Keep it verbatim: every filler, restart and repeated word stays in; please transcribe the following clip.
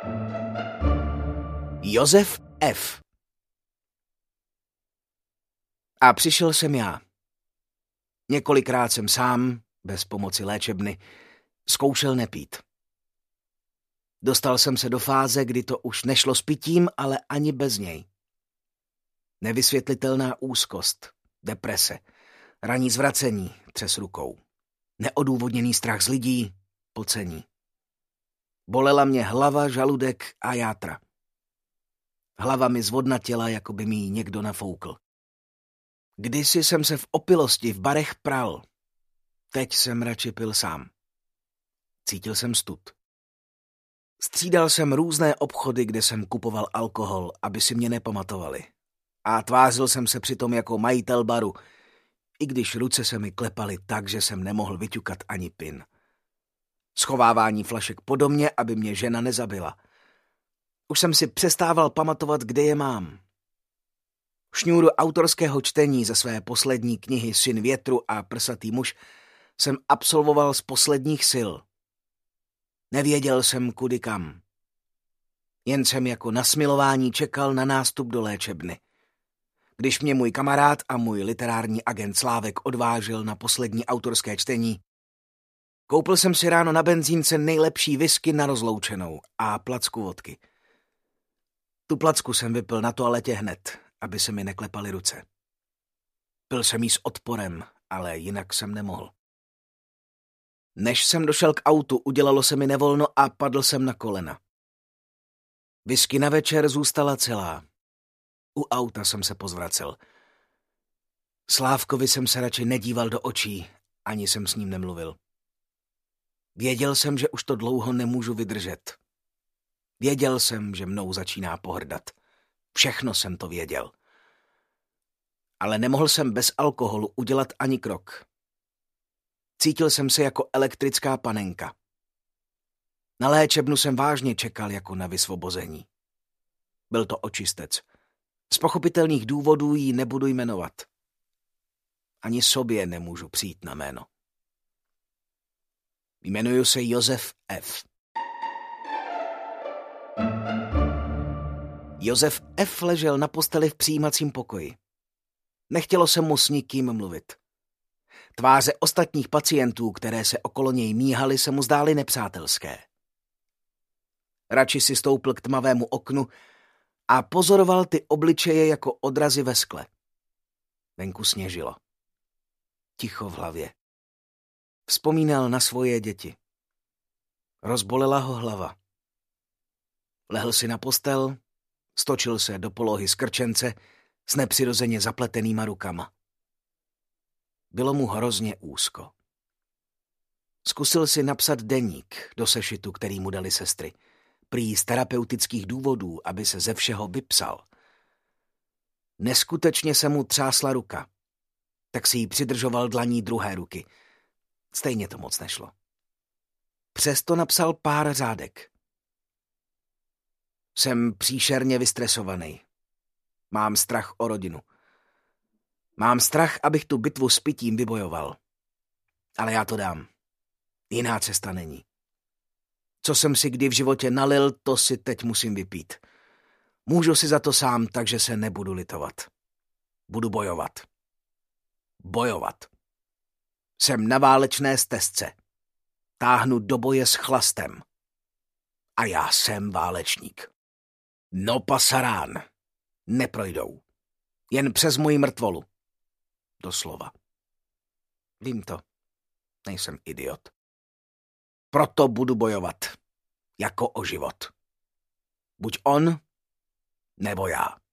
Josef F. A přišel jsem já. Několikrát jsem sám, bez pomoci léčebny, zkoušel nepít. Dostal jsem se do fáze, kdy to už nešlo s pitím, ale ani bez něj. Nevysvětlitelná úzkost, deprese, ranní zvracení, třes rukou, neodůvodněný strach z lidí, pocení. Bolela mě hlava, žaludek a játra. Hlava mi zvodnatěla, jako by mi ji někdo nafoukl. Kdysi jsem se v opilosti v barech pral. Teď jsem radši pil sám. Cítil jsem stud. Střídal jsem různé obchody, kde jsem kupoval alkohol, aby si mě nepamatovali. A tvářil jsem se přitom jako majitel baru, i když ruce se mi klepaly tak, že jsem nemohl vyťukat ani pin. Schovávání flašek po domě, aby mě žena nezabila. Už jsem si přestával pamatovat, kde je mám. Šňůru autorského čtení ze své poslední knihy Syn větru a prsatý muž jsem absolvoval z posledních sil. Nevěděl jsem kudy kam. Jen jsem jako na smilování čekal na nástup do léčebny. Když mě můj kamarád a můj literární agent Slávek odvážil na poslední autorské čtení, koupil jsem si ráno na benzínce nejlepší whisky na rozloučenou a placku vodky. Tu placku jsem vypil na toaletě hned, aby se mi neklepaly ruce. Pil jsem jí s odporem, ale jinak jsem nemohl. Než jsem došel k autu, udělalo se mi nevolno a padl jsem na kolena. Whisky na večer zůstala celá. U auta jsem se pozvracel. Slávkovi jsem se radši nedíval do očí, ani jsem s ním nemluvil. Věděl jsem, že už to dlouho nemůžu vydržet. Věděl jsem, že mnou začíná pohrdat. Všechno jsem to věděl. Ale nemohl jsem bez alkoholu udělat ani krok. Cítil jsem se jako elektrická panenka. Na léčebnu jsem vážně čekal jako na vysvobození. Byl to očistec. Z pochopitelných důvodů ji nebudu jmenovat. Ani sobě nemůžu přijít na jméno. Jmenuji se Josef F. Josef F. ležel na posteli v přijímacím pokoji. Nechtělo se mu s nikým mluvit. Tváře ostatních pacientů, které se okolo něj míhaly, se mu zdály nepřátelské. Radši si stoupl k tmavému oknu a pozoroval ty obličeje jako odrazy ve skle. Venku sněžilo. Ticho v hlavě. Vzpomínal na svoje děti. Rozbolela ho hlava. Lehl si na postel, stočil se do polohy z krčence s nepřirozeně zapletenýma rukama. Bylo mu hrozně úzko. Zkusil si napsat deník do sešitu, který mu dali sestry. Prý z terapeutických důvodů, aby se ze všeho vypsal. Neskutečně se mu třásla ruka. Tak si ji přidržoval dlaní druhé ruky. Stejně to moc nešlo. Přesto napsal pár řádek. Jsem příšerně vystresovaný. Mám strach o rodinu. Mám strach, abych tu bitvu s pitím vybojoval. Ale já to dám. Jiná cesta není. Co jsem si kdy v životě nalil, to si teď musím vypít. Můžu si za to sám, takže se nebudu litovat. Budu bojovat. Bojovat. Jsem na válečné stezce. Táhnu do boje s chlastem. A já jsem válečník. No pasarán. Neprojdou. Jen přes moji mrtvolu. Doslova. Vím to. Nejsem idiot. Proto budu bojovat. Jako o život. Buď on, nebo já.